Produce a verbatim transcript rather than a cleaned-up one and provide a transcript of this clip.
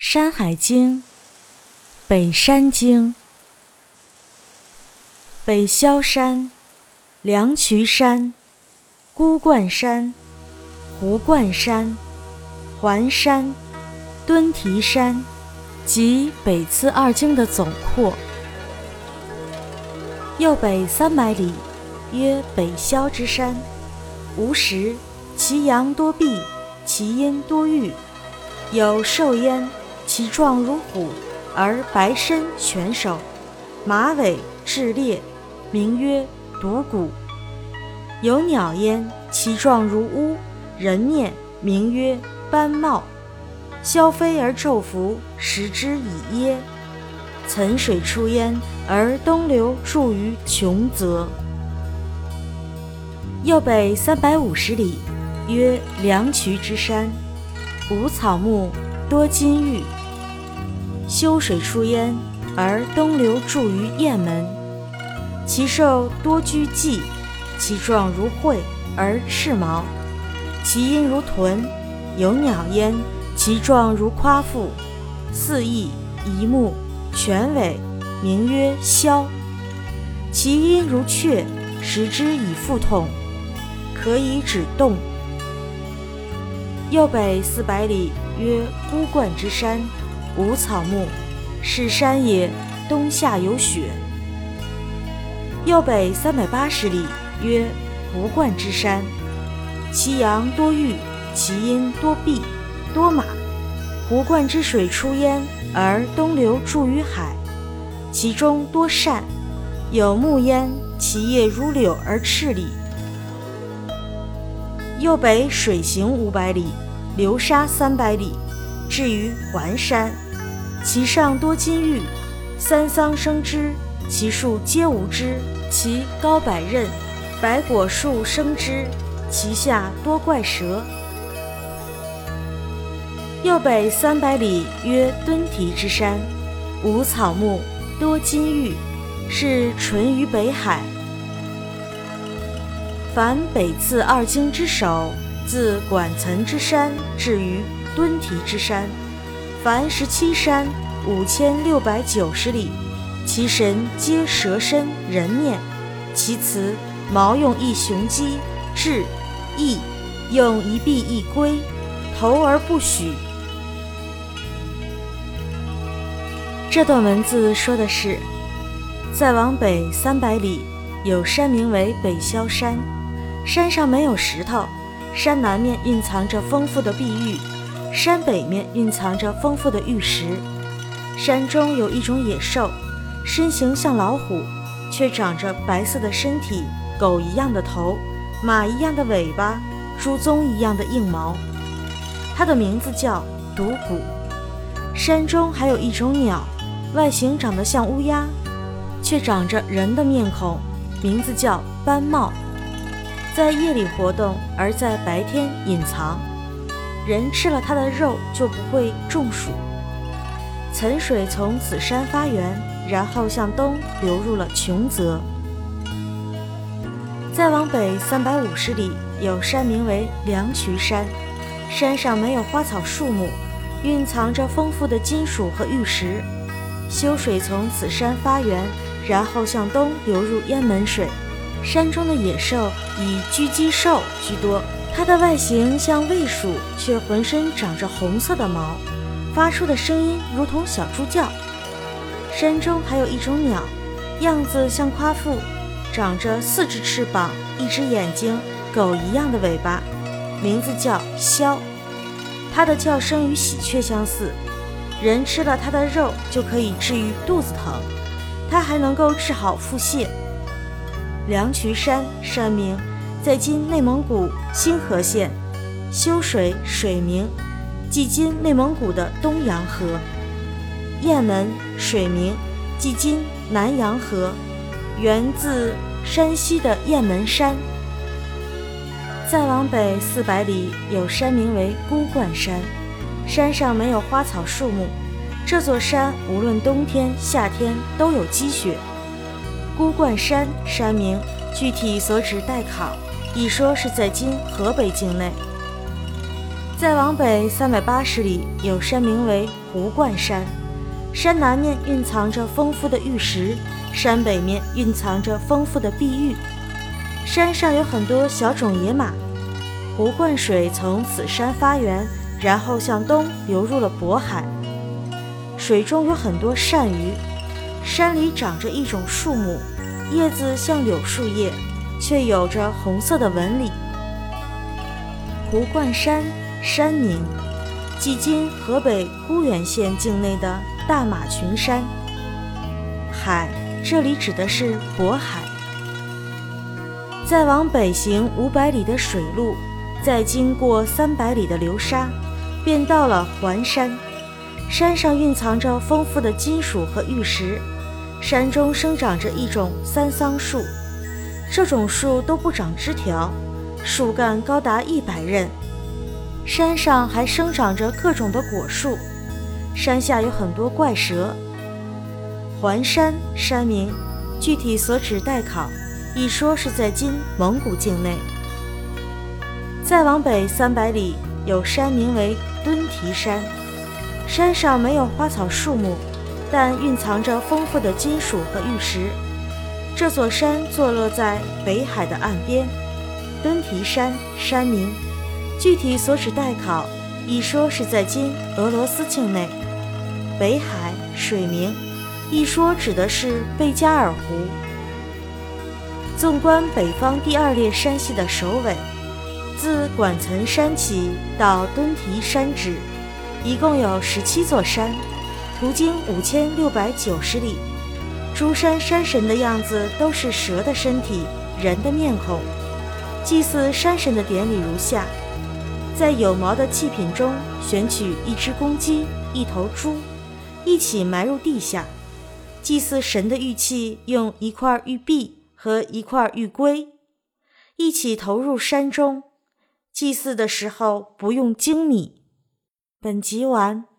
山海经》北山经。北萧山、凉渠山、孤冠山、壶冠山、环山、敦提山，即北次二经的总括。右北三百里，曰北萧之山。无石，其阳多碧，其阴多玉。有兽焉，其状如虎，而白身犬首，马尾雉裂，名曰独骨。有鸟焉，其状如乌，人面，名曰斑帽。萧飞而昼伏，食之以噎。岑水出焉，而东流注于穷泽。右北三百五十里，曰凉渠之山。无草木，多金玉。修水出焉，而东流注于雁门。其兽多居骥，其状如喙，而赤毛，其音如豚。有鸟焉，其状如夸父，四翼一目，犬尾，名曰枭。其音如雀，食之以腹痛，可以止冻。右北四百里，曰孤冠之山。无草木，是山也，冬夏有雪。右北三百八十里，曰壶冠之山。其阳多玉，其阴多碧，多马。壶冠之水出焉，而东流注于海，其中多善。有木焉，其叶如柳而赤李。右北水行五百里，流沙三百里，至于环山。其上多金玉，三桑生之，其树皆无枝，其高百仞，百果树生之，其下多怪蛇。右北三百里，曰敦提之山。无草木，多金玉，是淳于北海。凡北次二经之首，自管岑之山至于敦提之山，凡十七山，五千六百九十里。其神皆蛇身人面，其辞毛用一雄鸡，雉、翼用一璧一龟，头而不许。这段文字说的是，再往北三百里，有山名为北萧山。山上没有石头，山南面蕴藏着丰富的碧玉，山北面蕴藏着丰富的玉石。山中有一种野兽，身形像老虎，却长着白色的身体，狗一样的头，马一样的尾巴，猪鬃一样的硬毛。它的名字叫独骨。山中还有一种鸟，外形长得像乌鸦，却长着人的面孔，名字叫斑帽。在夜里活动，而在白天隐藏。人吃了它的肉就不会中暑。岑水从此山发源，然后向东流入了穷泽。再往北三百五十里，有山名为凉渠山。山上没有花草树木，蕴藏着丰富的金属和玉石。修水从此山发源，然后向东流入雁门水。山中的野兽以狙击兽居多，它的外形像卫鼠，却浑身长着红色的毛，发出的声音如同小猪叫。山中还有一种鸟，样子像夸父，长着四只翅膀，一只眼睛，狗一样的尾巴，名字叫枭。它的叫声与喜鹊相似，人吃了它的肉就可以治愈肚子疼，它还能够治好腹泻。凉渠山山名，在今内蒙古新河县。修水水名，即今内蒙古的东洋河。雁门水名，即今南洋河，源自山西的雁门山。再往北四百里，有山名为孤冠山。山上没有花草树木，这座山无论冬天夏天都有积雪。孤冠山山名具体所指待考，一说是在今河北境内。 再往北三百八十里，有山名为湖冠山，山南面蕴藏着丰富的玉石，山北面蕴藏着丰富的碧玉。山上有很多小种野马，湖冠水从此山发源，然后向东流入了渤海。水中有很多鳝鱼，山里长着一种树木，叶子像柳树叶，却有着红色的纹理。湖冠山山名，即今河北固原县境内的大马群山。海，这里指的是渤海。再往北行五百里的水路，再经过三百里的流沙，便到了环山。山上蕴藏着丰富的金属和玉石，山中生长着一种三桑树，这种树都不长枝条，树干高达一百仞。山上还生长着各种的果树，山下有很多怪蛇。环山山名，具体所指待考，一说是在今蒙古境内。再往北三百里，有山名为敦提山，山上没有花草树木，但蕴藏着丰富的金属和玉石。这座山坐落在北海的岸边。敦提山山名，具体所指待考，一说是在今俄罗斯境内。北海水名，一说指的是贝加尔湖。纵观北方第二列山系的首尾，自管岑山起到敦提山止，一共有十七座山，途经五千六百九十里。诸山山神的样子都是蛇的身体，人的面孔。祭祀山神的典礼如下：在有毛的祭品中选取一只公鸡、一头猪，一起埋入地下。祭祀神的玉器用一块玉璧和一块玉圭，一起投入山中。祭祀的时候不用精米。本集完。